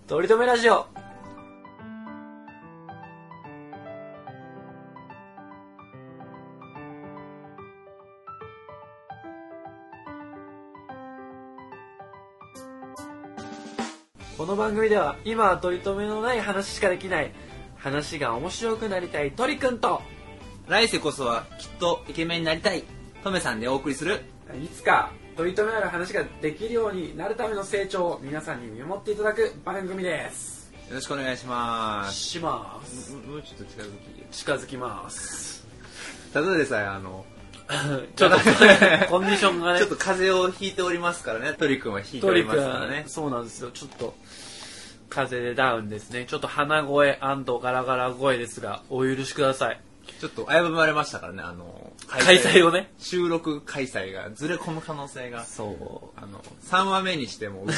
とりとめラジオ。この番組では今は取り留めのない話しかできない、話が面白くなりたい鳥くんと、 来世こそはきっとイケメンになりたいトメさんでお送りする、 いつか取り留めある話ができるようになるための成長を皆さんに見守っていただく番組です。 よろしくお願いします。 します。 もうちょっと近づきます。 ただでさえちょっとコンディションがね、 ちょっと風邪をひいておりますからね。鳥くんはひいておりますからね。 そうなんですよ。ちょっと風邪でダウンですね。ちょっと鼻声&ガラガラ声ですがお許しください。 ちょっと危ぶまれましたからね。 開催をね、 収録開催がずれ込む可能性が。 そう。 3話目にしても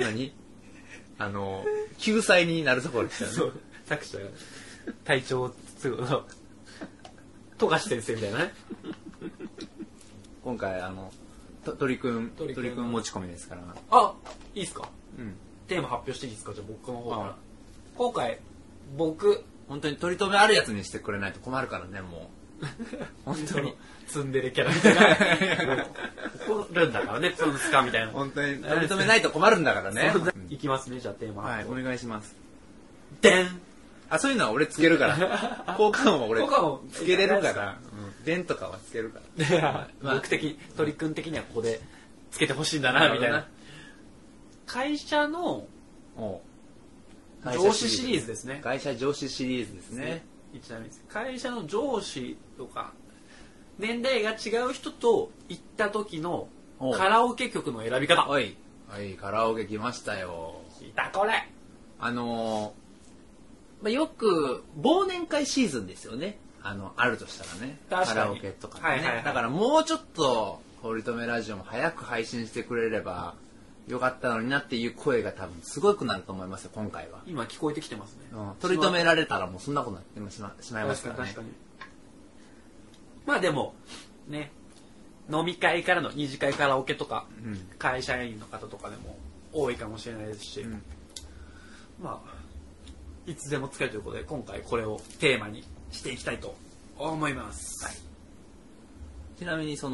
救済になるところですよね。 そう。作者が体調都合の富樫先生みたいなね。 今回鳥くん持ち込みですから。 あ、いいっすか。 うん。 テーマ発表していいですか。じゃあ僕の方から。今回僕本当に取り留めあるやつにしてくれないと困るからね、もう。本当にツンデレキャラみたいな怒るんだからね、プンスカみたいな。 本当に取り留めないと困るんだからね。 いきますね、じゃあテーマ。 はい、お願いします。 でん。 あ、そういうのは俺つけるから効果音は俺つけれるから、でんとかはつけるから。 僕的鳥くん的にはここでつけてほしいんだなみたいな。会社の上司シリーズですね。 会社上司シリーズですね。 ちなみに会社の上司とか年代が違う人と行った時のカラオケ曲の選び方。 はい、カラオケ来ましたよ。 来たこれ。 よく忘年会シーズンですよね。あるとしたらね。カラオケとかね。だからもうちょっと取り留めラジオも早く配信してくれればよかったのになっていう声が多分すごくなると思いますよ、今回は。 今聞こえてきてますね。 取り留められたらもうそんなことになってしまいますからね。 確かに。まあでもね、飲み会からの二次会カラオケとか、会社員の方とかでも多いかもしれないですし、まあいつでも使えるということで今回これをテーマにしていきたいと思います。はい、 ちなみに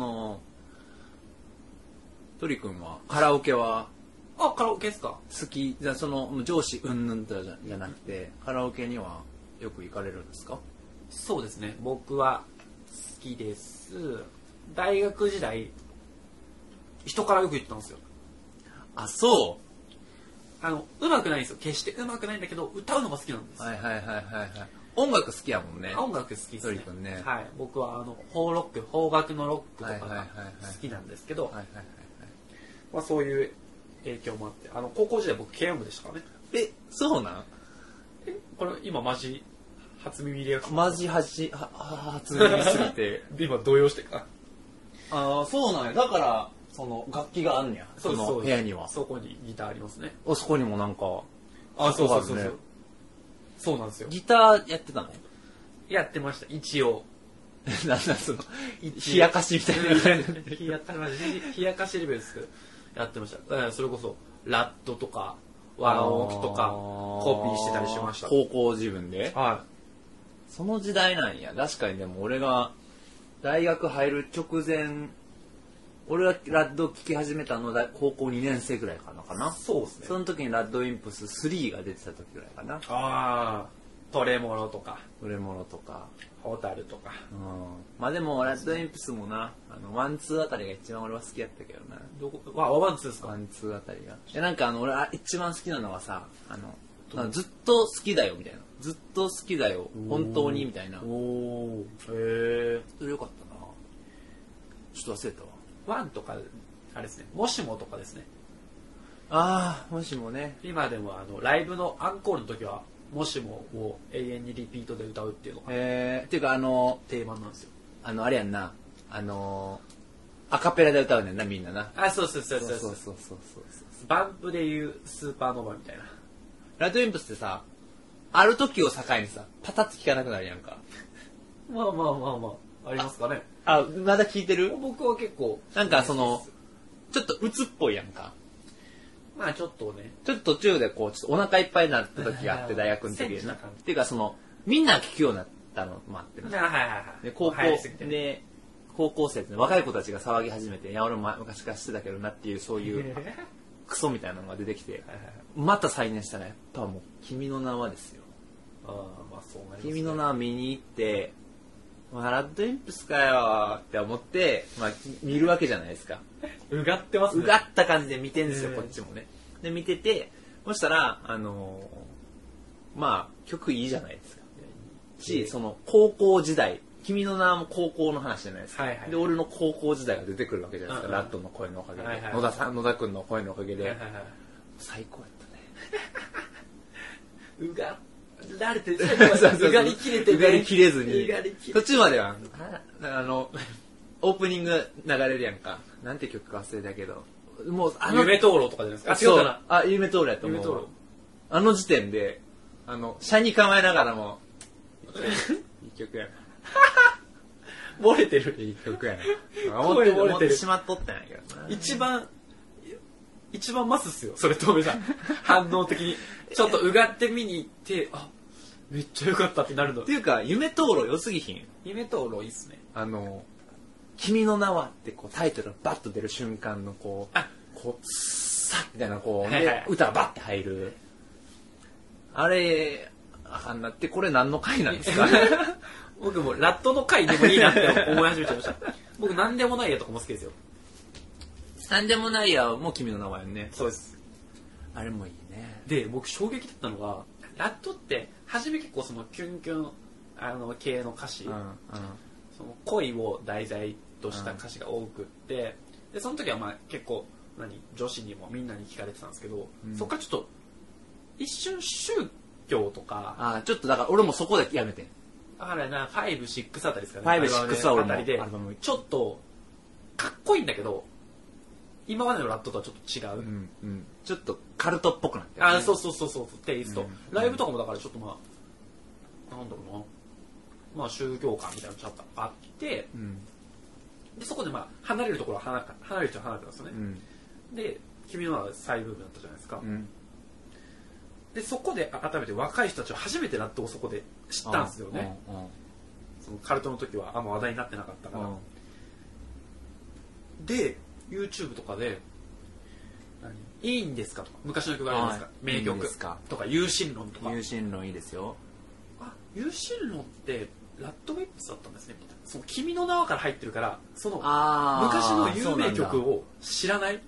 鳥くんはカラオケはカラオケですか。 好き？じゃあ上司うんぬんとじゃなくてカラオケにはよく行かれるんですか？ そうですね、僕は好きです。大学時代人からよく言ってたんですよ。 あ、そう。 うまくないんですよ。決してうまくないんだけど歌うのが好きなんです。 はい。音楽好きやもんね。 音楽好きですね。 鳥くんね。 はい。僕は邦楽のロックとかが好きなんですけど、まあそういう影響もあって、高校時代僕軽音部でしたからね。 そうなん？ これ今マジ初耳リアクション。 マジ初耳すぎて今動揺してか。 そうなんや。だから楽器があんねや。その部屋には。 そこにギターありますね。 そこにもなんか。 そう。そうなんですよ。 ギターやってたの？ やってました。一応。 なんだ冷やかしみたいな。 冷やかしレベルですけどやってました。それこそラットとかワンオクとかコピーしてたりしました。 高校自分で。 はい。 その時代なんや。確かに。でも俺が大学入る直前、俺がラッド聴き始めたの高校2年生ぐらいかな。 そうですね。 その時にラッドインプス3が出てた時ぐらいかな。 トレモロとかホタルとか。 まあでもラッドインプスもな、ワンツーあたりが一番俺は好きやったけどな。 ワンツーですか？ ワンツーあたりが。なんか俺一番好きなのはさ、ずっと好きだよみたいな。ずっと好きだよ本当にみたいな。 へえ。 それよかったな。ちょっと忘れたわ。 ワンとかあれですね。もしもとかですね。 もしもね。 今でもライブのアンコールの時はもしもを永遠にリピートで歌うっていうのがっていうか定番なんですよ。 あれやんな、アカペラで歌うねんな、みんなな。 そう。バンプでいうスーパーノヴァみたいな。 ラッドインプスってさ、ある時を境にさ、パタッと聴かなくなるやんか。 まあありますかね。 まだ聴いてる？ 僕は結構なんかちょっと鬱っぽいやんか。 まあちょっとね。 ちょっと途中でこう、ちょっとお腹いっぱいになった時があって、大学の時に。っていうかみんな聞くようになったのもあってね。で、高校生って若い子たちが騒ぎ始めて、いや、俺も昔からしてたけどなっていう、そういうクソみたいなのが出てきて、また再燃したら、やっぱもう、君の名はですよ。 まあそうなりますね。 君の名は見に行って、ラッドインプスかよって思って、見るわけじゃないですか。 うがってますね。 うがった感じで見てんですよ、こっちもね。で、見てて、そしたら、曲いいじゃないですか。し、高校時代、君の名も高校の話じゃないですか。で、俺の高校時代が出てくるわけじゃないですか。ラッドの声のおかげで。野田くんの声のおかげで。最高やったね。 うがられて、うがりきれて、 うがりきれずに。途中までは、オープニング流れるやんか。なんて曲か忘れたけど。もう、 夢灯籠とかじゃないですか。 違うかな。夢灯籠やと思う。あの時点で、車に構えながらも、いい曲やな。 漏れてる。 いい曲やな。 声漏れてる。 しまっとったんやけどな。 一番マスっすよ、それとめさん。反応的に。ちょっとうがって見に行って、めっちゃ良かったってなるの。 っていうか、夢灯籠良すぎひん。 夢灯籠いいっすね。 君の名はってタイトルがバッと出る瞬間のさっみたいな歌がバッて入る。あれ、ってこれ何の回なんですか？ 僕もラットの回でもいいなって思い始めちゃいました。僕なんでもないやとかも好きですよ。 なんでもないやもう君の名はよね。 そうです。 あれもいいね。 で、僕衝撃だったのが、ラットって初め結構キュンキュン系の歌詞、その恋を題材とした歌詞が多くって、でその時は結構女子にもみんなに聞かれてたんですけど、そっからちょっと一瞬宗教とか、 ちょっとだから俺もそこでやめてん。 あれな、5、6あたりですかね。 5、6は俺もあたりでちょっとかっこいいんだけど、今までのラットとはちょっと違う。 ちょっとカルトっぽくなってる、ね。 そうテイスト。ライブとかもだからちょっとなんだろうな、宗教観みたいなのちょっとあって、でそこで離れるところは離れちゃ離れてますよね。で、君の名は再ブームだったじゃないですか。でそこで改めて若い人たちは初めてラットをそこで知ったんですよね。そのカルトの時は話題になってなかったから。で YouTube とかでいいんですかとか、昔の曲ありますか、名曲とか、有心論とか。 有心論いいですよ。 有心論ってラッドウィップスだったんですねみたいな。その君の名はから入ってるから、その昔の有名曲を知らない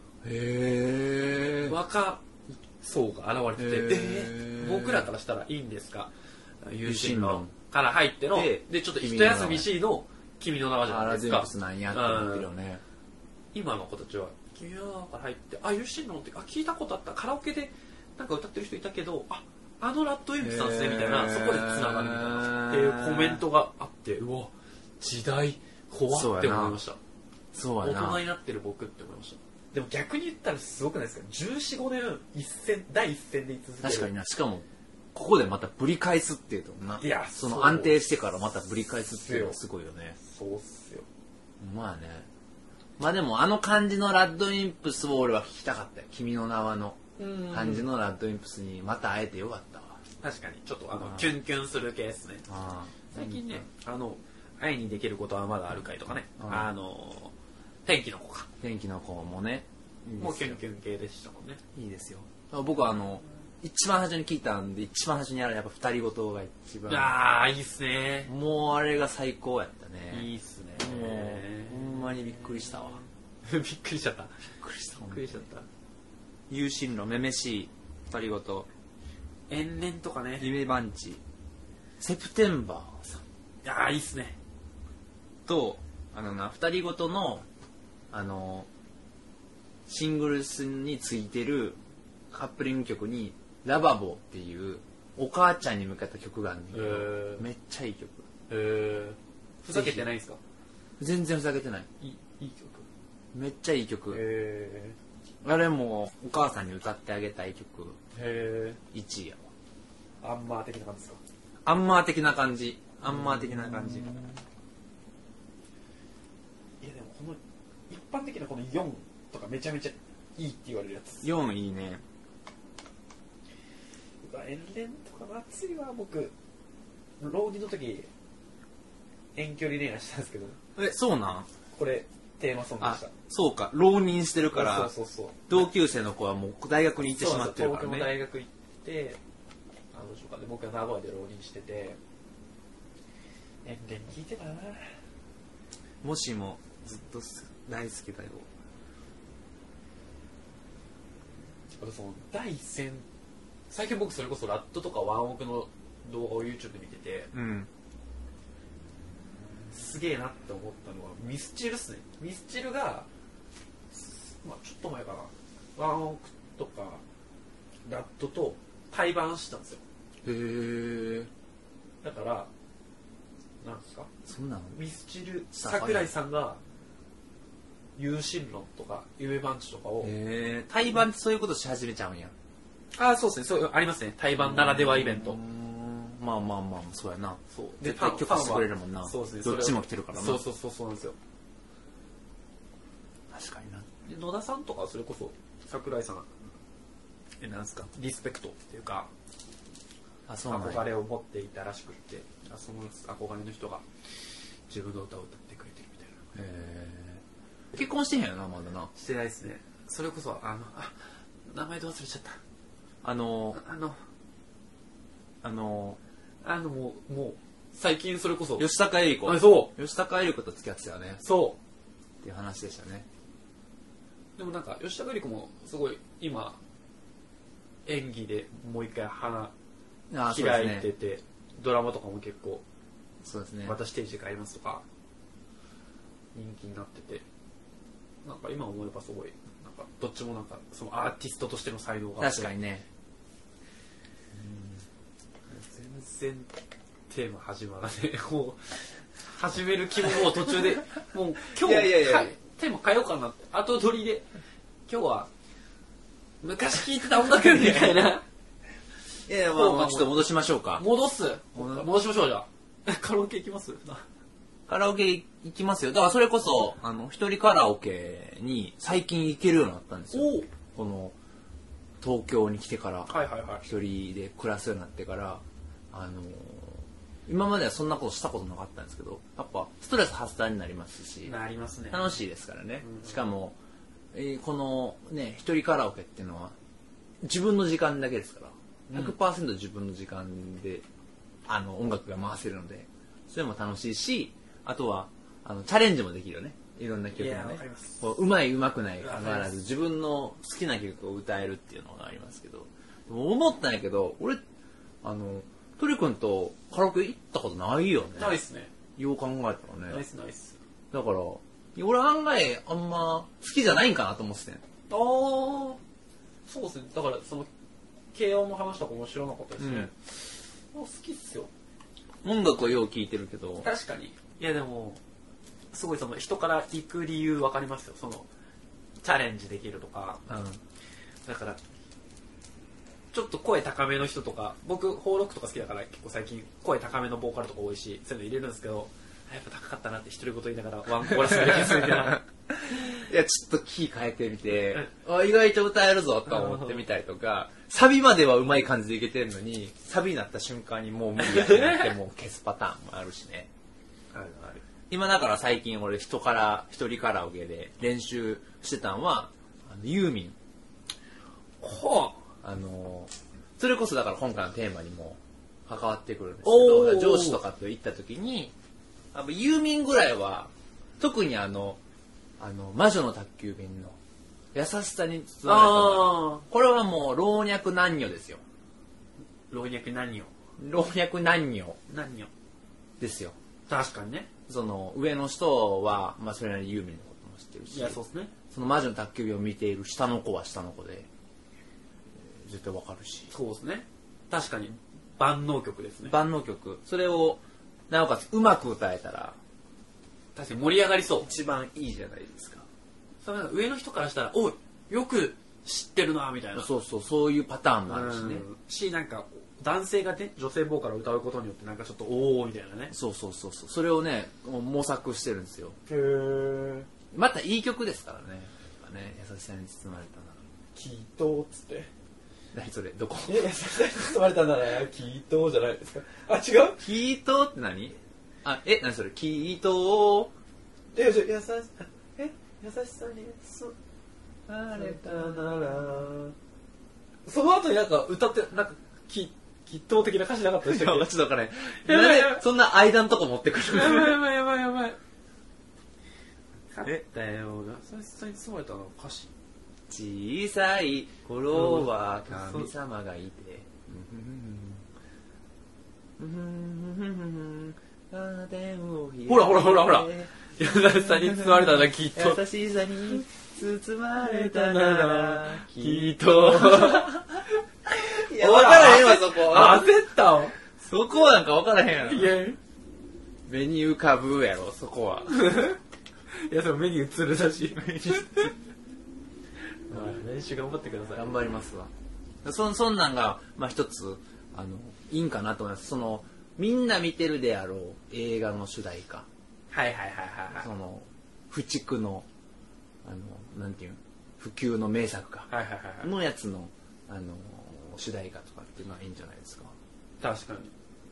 若層が現れてて、僕らからしたらいいんですか、有心論から入ってのでちょっと一休みしいの君の名はじゃないですか。 ラッドウィップスなんやって思ってるよね。 今の子たちは君の名から入って、有心論って聞いたことあった、カラオケでなんか歌ってる人いたけど、あのラッドウィンプスなんですねみたいな、そこでつながるみたいなっていうコメントがあって、うわ時代怖って思いました。 そうやな。 大人になってる僕って思いました。でも逆に言ったらすごくないですか、14、5年第一線で居続ける。 確かにな。しかもここでまたぶり返すっていうとな、 いやその安定してからまたぶり返すっていうのはすごいよね。 そうっすよ。 まあね。でもあの感じのラッドウィンプスを俺は聞きたかったよ。君の名はの感じのラッドウィンプスにまた会えてよかったわ。 確かにちょっとキュンキュンする系ですね。最近ね、愛にできることはまだあるかいとかね、天気の子か。 天気の子もね、 もうキュンキュン系でしたもんね。 いいですよ。僕は一番最初に聞いたんで、一番最初にやるやっぱ二人ごとが一番。 いいっすね。 もうあれが最高やったね。 いいっすね。 ほんまにびっくりしたわ。 びっくりしちゃった。 びっくりした。 びっくりしちゃった。 有心論、めめしい二人ごと。 延々とかね。 夢番地。セプテンバーさん。 いいっすね。 と、二人ごとの、シングルスについてるカップリング曲に、ラバボーっていうお母ちゃんに向けた曲があるんだけど、めっちゃいい曲。 ふざけてないんですか？ 全然ふざけてない。 いい曲。 めっちゃいい曲。あれもお母さんに歌ってあげたい曲。1位やわ。アンマー的な感じですか？ アンマー的な感じ。アンマー的な感じ。いやでもこの一般的なこの4とかめちゃめちゃいいって言われるやつ。 4いいね。 遠恋とか夏いわ。僕浪人の時遠距離恋愛したんですけど。 そうなん？ これテーマソングでした。 そうか、浪人してるから。 そう同級生の子はもう大学に行ってしまってるからね。 東京の大学行って、どうしようかで、僕は名古屋で浪人してて、遠恋聞いてたな。 もしもずっと大好きだよ。 その第一線、最近僕それこそラットとかワンオクの動画を YouTube で見てて、すげえなって思ったのはミスチルっすね。ミスチルが、まあ、ちょっと前かな、ワンオクとかラットと対バンしたんですよ。 へえ。 だからなんですか、 そうなの？ ミスチル桜井さんが有心論とか夢番地とかを、 対バンってそういうことし始めちゃうんや。 そうですね、そうありますね、対バンならではイベント。 まあそうやな。 そう絶対許可してくれるもんな。 そうですね、 どっちも来てるからな。 そうなんですよ。 確かにな。 で野田さんとかそれこそ桜井さんなんですか、リスペクトっていうか、憧れを持っていたらしくって、その憧れの人が自分の歌を歌ってくれてるみたいな。 結婚してへんよな、まだな。 してないですね。それこそ名前で忘れちゃった。もう最近それこそ吉高由里子。 そう吉高由里子と付き合ってたよね。 そうっていう話でしたね。 でもなんか吉高由里子もすごい今演技でもう一回花開いてて、ドラマとかも結構そうですね。 またステージ変えますとか人気になってて、なんか今思えばすごいなんかどっちもなんかそのアーティストとしての才能があって、 確かにね。 全然テーマ始まらねえ。もう始める気ももう途中でもう今日テーマ変えようかなって、後取りで今日は昔聴いてた音楽みたいな。 いや、まあちょっと戻しましょうか。 戻しましょう。じゃあカラオケ行きます？ カラオケ行きますよ。だからそれこそ一人カラオケに最近行けるようになったんですよ。この東京に来てから一人で暮らすようになってから、今まではそんなことしたことなかったんですけど、やっぱストレス発散になりますし、 なりますね。 楽しいですからね。しかも、このね一人カラオケっていうのは自分の時間だけですから、100% 自分の時間で音楽が回せるので、それも楽しいし、あとはチャレンジもできるよね。いろんな曲もね、うまいうまくないかかわらず自分の好きな曲を歌えるっていうのがありますけど、でも思ったんやけど、俺鳥くんとカラオケ行ったことないよね。 ないっすね。 よう考えたらね。 ナイス。 だから俺案外あんま好きじゃないんかなと思ってたよ。 そうですね。だからその慶応の話とかも知らなかったですね。好きっすよ。 音楽はよう聴いてるけど。 確かに。いやでもすごいその人から行く理由分かりますよ。そのチャレンジできるとか。だからちょっと声高めの人とか、僕ホーロックとか好きだから結構最近声高めのボーカルとか多いし、そういうの入れるんですけど、やっぱ高かったなって独り言言いながらワンコーラスで消すみたいな。 いや、ちょっとキー変えてみて、意外と歌えるぞと思ってみたりとか、サビまではうまい感じでいけてるのに、サビになった瞬間にもう無理やってなってもう消すパターンもあるしね。 ある。 今だから最近俺一人カラオケで練習してたんは、ユーミン。それこそだから今回のテーマにも関わってくるんですけど、上司とかと行った時に、ユーミンぐらいは特に魔女の宅急便の優しさに包まれた、これはもう老若男女ですよ。 老若男女ですよ。 確かにね。 その上の人はそれなりにユーミンのことも知ってるし、 いやそうですね。 その魔女の宅急便を見ている下の子は下の子で絶対わかるし。 そうですね。確かに万能曲ですね。 万能曲。それをなおかつうまく歌えたら確かに盛り上がりそう。 一番いいじゃないですか。 それ上の人からしたら、おいよく知ってるなみたいな。 そういうパターンもあるしね。 なんか男性がね女性ボーカルを歌うことによってなんかちょっとおおみたいなね。 そうそれをね模索してるんですよ。 へえ。 またいい曲ですからね。 ね。優しさに包まれたなら。 きっとっつって。 何それ、どこ？ 優しさに包まれたならきっとじゃないですか。あ、違う？ きっとって何？あ、何それ、きっと優しさに包まれたなら。その後になんか歌って、なんかきっと的な歌詞なかったでしたっけ？ ちょっと分からへん。なんでそんな間のとこ持ってくるの？ やばい。勝ったよ。優しさに包まれたの歌詞。 小さい頃は神様がいて、 ほら優しさに包まれたなきっと。 優しさに包まれたならきっと。いや、分からへんわ、そこ。 焦ったわ。 そこなんか分からへんやろ。 いや、 目に浮かぶやろ、そこは。 いや、それ目に映る写真。練習頑張ってください。 頑張りますわ。そんなんが、まあ一つ、いいんかなと思います。みんな見てるであろう映画の主題歌。 はい。 不築の、なんていうの、普及の名作か。のやつの、主題歌とかっていうのはいいんじゃないですか。 確か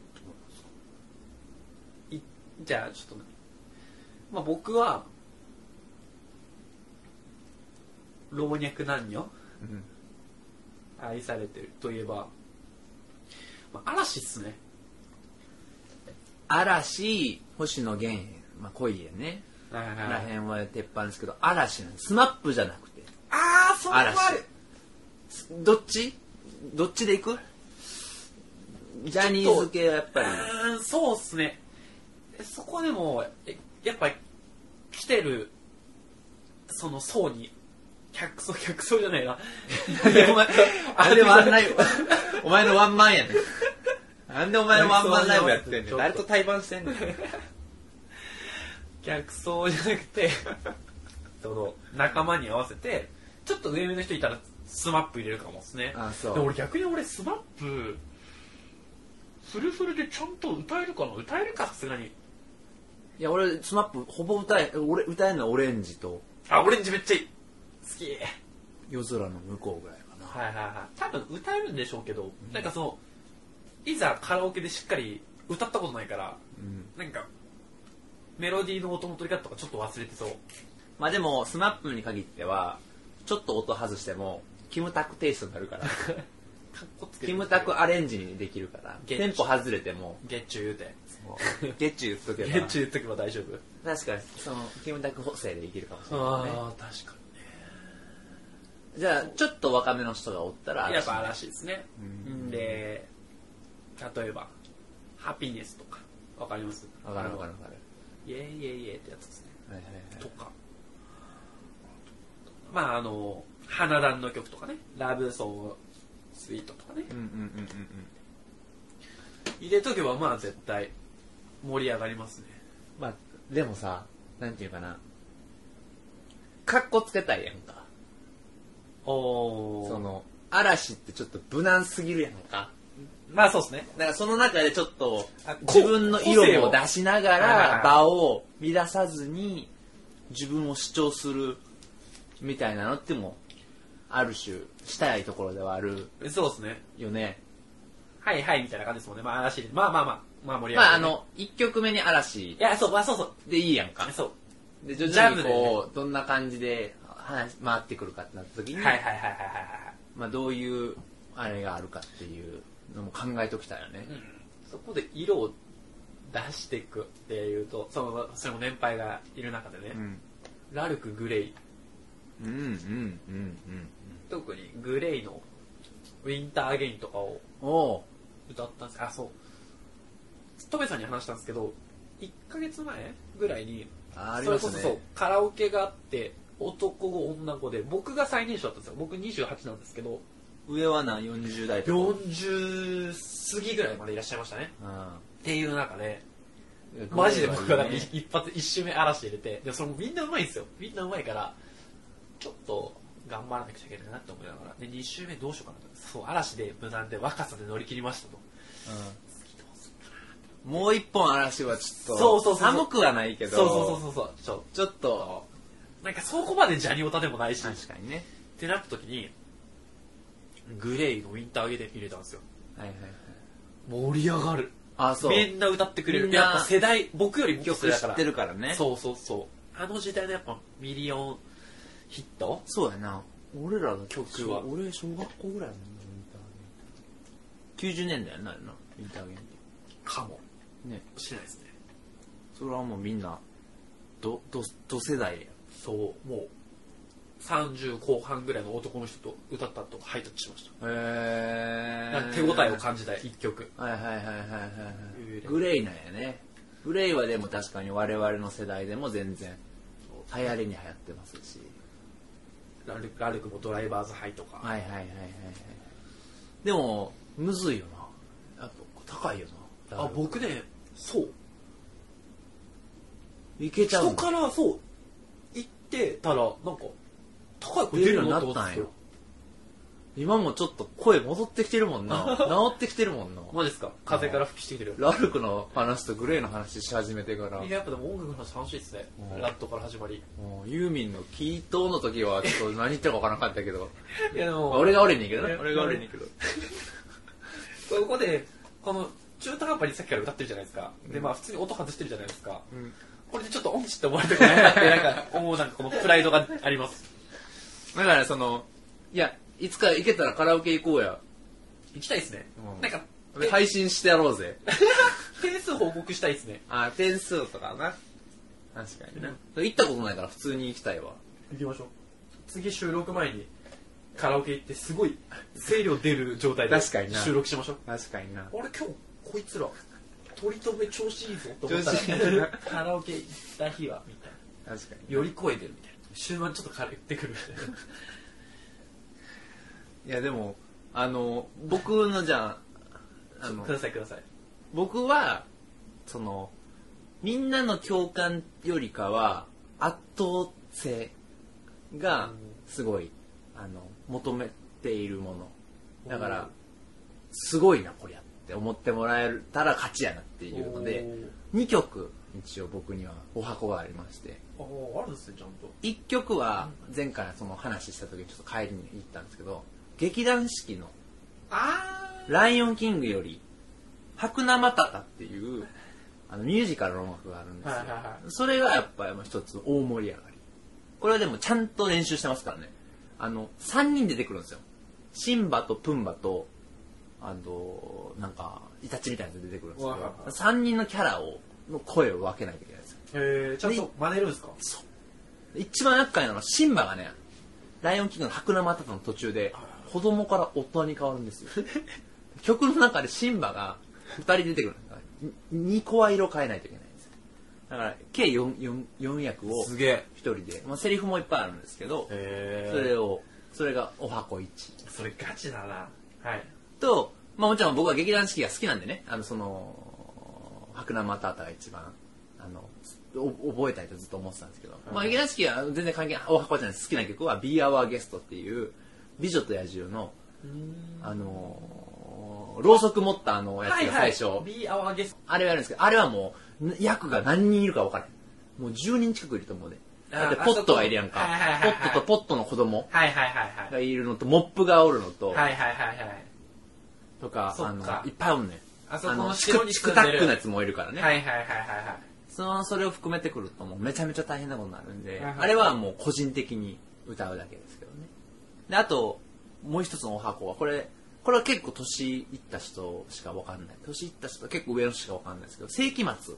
に。じゃあ、ちょっとね。まあ僕は、老若男女、愛されてるといえば、まあ、嵐っすね。 嵐、星野源、まあ、恋へね。らへんは鉄板ですけど、嵐なんです。スマップじゃなくて。 ああ、そうなる。 どっちで行く？ジャニーズ系はやっぱり。 そうっすね。そこでも、やっぱり、来てる、その層に、客層じゃないな。 お前、あれワンライブ、お前のワンマンやねん。なんでお前のワンマンライブやってんねん。誰と対バンしてんねん。 客層じゃなくて、その仲間に合わせて、ちょっと上目の人いたらスマップ入れるかもですね。 あ、そう。 で俺逆にスマップ、フルフルでちゃんと歌えるかな？歌えるかさすがに。 いや、俺、スマップほぼ歌えるのはオレンジと。 あ、オレンジめっちゃいい。好き。 夜空の向こうぐらいかな。多分歌えるんでしょうけど、なんかいざカラオケでしっかり歌ったことないから、なんかメロディーの音の取り方とかちょっと忘れてそう。 まあでもスマップに限ってはちょっと音外してもキムタクテイストになるからキムタクアレンジにできるからテンポ外れてもゲッチュ言うてゲッチュ言っとけばゲッチュ言っとけば大丈夫。 確かにキムタク補正でいけるかもしれないね。 ああ確かに。 じゃあちょっと若めの人がおったらやっぱ嵐ですね。で例えばハピネスとかわかります？ わかるイエイイエイイエイってやつですね。とかまあ花壇の曲とかね、ラブソングスイートとかね、入れとけばまあ絶対盛り上がりますね。 まあでもさ、なんていうかな、カッコつけたいやんか。嵐ってちょっと無難すぎるやんか。 まあそうですね。 だからその中でちょっと自分の色を出しながら場を乱さずに自分を主張するみたいなのってもある種したいところではある。 そうですね。 よね。 はいはいみたいな感じですもんね。まあ嵐でまあ盛り上がる、ね。 まあ1曲目に嵐。 いやそうでいいやんか。 そう。 で徐々にこうどんな感じで話回ってくるかってなった時に、まあどういうあれがあるかっていうのも考えときたいよね。 そこで色を出していくっていうと、それも年配がいる中でね、ラルク・グレイ、特にグレイのウィンター・アゲインとかを歌ったんです。あ、そう。トメさんに話したんですけど、1ヶ月前ぐらいに、それこそカラオケがあって、男女子で、僕が最年少だったんですよ。僕28なんですけど、 上は何40代とか 40過ぎぐらいまでいらっしゃいましたね。っていう中でマジで僕が一周目嵐入れて、でそれもみんなうまいんですよ。みんなうまいからちょっと頑張らなくちゃいけないなって思いながら、で2周目どうしようかなと。そう、嵐で無難で若さで乗り切りましたと。 もう一本嵐はちょっと寒くはないけど、 そうちょっとなんかそこまでジャニオタでもないし、 確かにね。 ってなった時にグレイのウィンターゲで入れたんですよ。 はいはいはい。 盛り上がる。 あ、そう。 みんな歌ってくれる。やっぱ世代、僕よりも曲知ってるからね。 そうそうそう。あの時代のやっぱミリオンヒット。 そうやな。俺らの曲は。 俺小学校ぐらいのウィンターゲン。90年代になるな、ウィンターゲンって。 かも。 ね。 しないですね。 それはもうみんな、ど世代や。 そう、もう。30後半ぐらいの男の人と歌った後ハイタッチしました。手応えを感じた一曲。 はいはいはいはいはい。グレイなんやね。グレイはでも確かに我々の世代でも全然流行りに流行ってますし。 ラルクもドライバーズハイとか。 はいはいはいはい。でもむずいよな。やっぱ高いよな。 あ、僕ね、そう。 いけちゃう。 人からそう言ってたらなんか。高い声出るようになったんよ。 今もちょっと声戻ってきてるもんな。治ってきてるもんな。 マジですか？風から吹きしてきてる。 ラルクの話とグレーの話し始めてから。 いや、やっぱでも音楽の話楽しいですね。ラットから始まり。 ユーミンのキートの時はちょっと何言ってるか分からなかったけど。 いやでも、 俺が悪いねんけどね。俺が悪いねんけど。 ここで、この中途半端にさっきから歌ってるじゃないですか。で、まあ普通に音外してるじゃないですか。これでちょっと音痴って思われたくないなって、なんか思うなんかこのプライドがあります。 だからいや、いつか行けたらカラオケ行こうや。 行きたいですね。なんか、 配信してやろうぜ。 点数報告したいですね。 あ、点数とかな。確かにな。行ったことないから普通に行きたいわ。 行きましょう。次収録前にカラオケ行ってすごい声量出る状態で収録しましょう。 確かにな。 俺今日こいつら取り留め調子いいぞと思ったらカラオケ行った日はみたいな。 確かに。 より声出るみたいな。終盤ちょっと軽くってくるみたいな。 いやでも僕のじゃあくださいください。 僕はみんなの共感よりかは圧倒性がすごい求めているものだからすごいなこりゃって思ってもらえたら勝ちやなっていうので2曲一応僕にはお箱がありまして。 あるんですねちゃんと。 1曲は前回話した時にちょっと帰りに行ったんですけど劇団四季のライオンキングより白生マタタっていうミュージカルの音楽があるんですよ、それがやっぱり一つ大盛り上がり。これはでもちゃんと練習してますからね。3人出てくるんですよ。シンバとプンバとなんかイタチみたいなやつ出てくるんですけど3人のキャラの声を分けないといけないんですよ。 ちゃんと真似るんですか？ そう。一番厄介なのはシンバがねライオンキングの白生マタタの途中で子供から大人に変わるんですよ。曲の中でシンバが2人出てくるんだから2声色変えないといけないんですよ。だから計 4役を1人で、まあ、セリフもいっぱいあるんですけどそれがお箱1。 それガチだな。はいと、まあ、もちろん僕は劇団四季が好きなんでね白生マタタが一番覚えたいとずっと思ってたんですけど、まあ、劇団四季は全然関係ないお箱じゃない好きな曲は Be Our Guest っていう美女と野獣のろうそく持ったやつが最初、 Be Our Guest あれをやるんですけどあれはもう役が何人いるか分からないもう10人近くいると思うで。だってポットがいるやんか。ポットとポットの子供がいるのとモップがおるのととかいっぱいおるね。チクタックのやつもいるからね。それを含めてくるともうめちゃめちゃ大変なことになるんで、あれはもう個人的に歌うだけですけどね。であともう一つのお箱はこれは結構年いった人しか分かんない。年いった人結構上の人しか分かんないですけど世紀末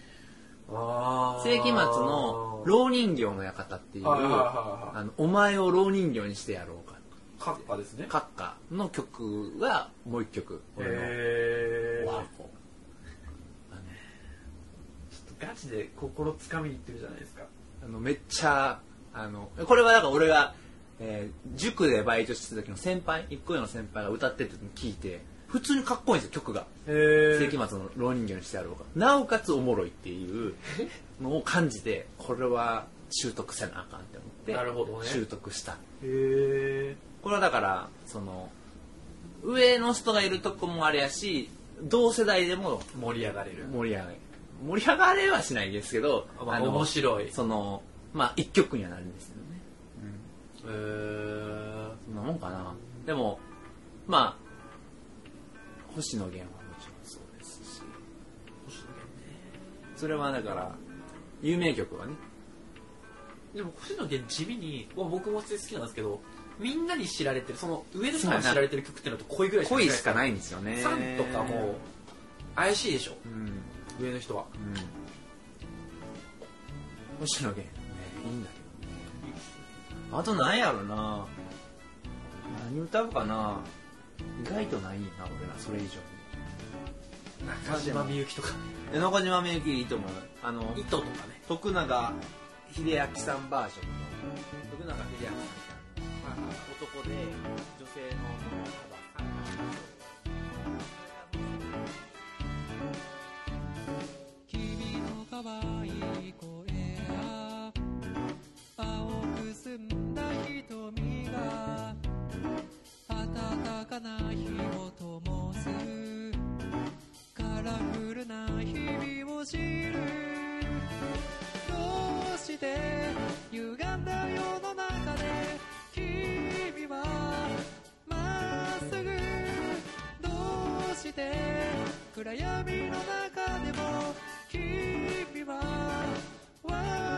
の老人形の館っていうお前を老人形にしてやろうかカッカですね。 カッカの曲がもう一曲俺のお箱。 ちょっとガチで心つかみにいってるじゃないですか。 めっちゃこれはなんか俺が、塾でバイトしてた時の先輩1個上の先輩が歌ってる時に聞いて普通にかっこいいんですよ曲が。世紀末の老人形にしてやろうかなおかつおもろいっていうのを感じてこれは習得せなあかんって思ってなるほど、ね、 習得した。これはだから上の人がいるとこもあれやし同世代でも盛り上がれる。 盛り上がれはしないですけど、 面白いまあ一曲にはなるんですよね。そんなもんかな。でもまあ星野源はもちろんそうですし、 星野源ね。 それはだから有名曲はね。 でも星野源地味に僕も好きなんですけど、みんなに知られてる、その上の人に知られてる曲っていうのと恋ぐらい恋しかないんですよね。 サンとかも怪しいでしょ、上の人は。 星野源ね、いいんだけどね。あと何やろな、何歌うかな。意外とないな俺ら、それ以上に。 中島みゆきとか。 中島みゆきいいと思う。 糸とかね。 徳永英明さんバージョンの徳永英明さんみたいな男で女性のカバー。 君の可愛い声や青く澄んだ瞳が暖かな日を灯すカラフルな日々を知る。どうして歪んだ世の中で君はまっすぐ、どうして暗闇の中でも君は笑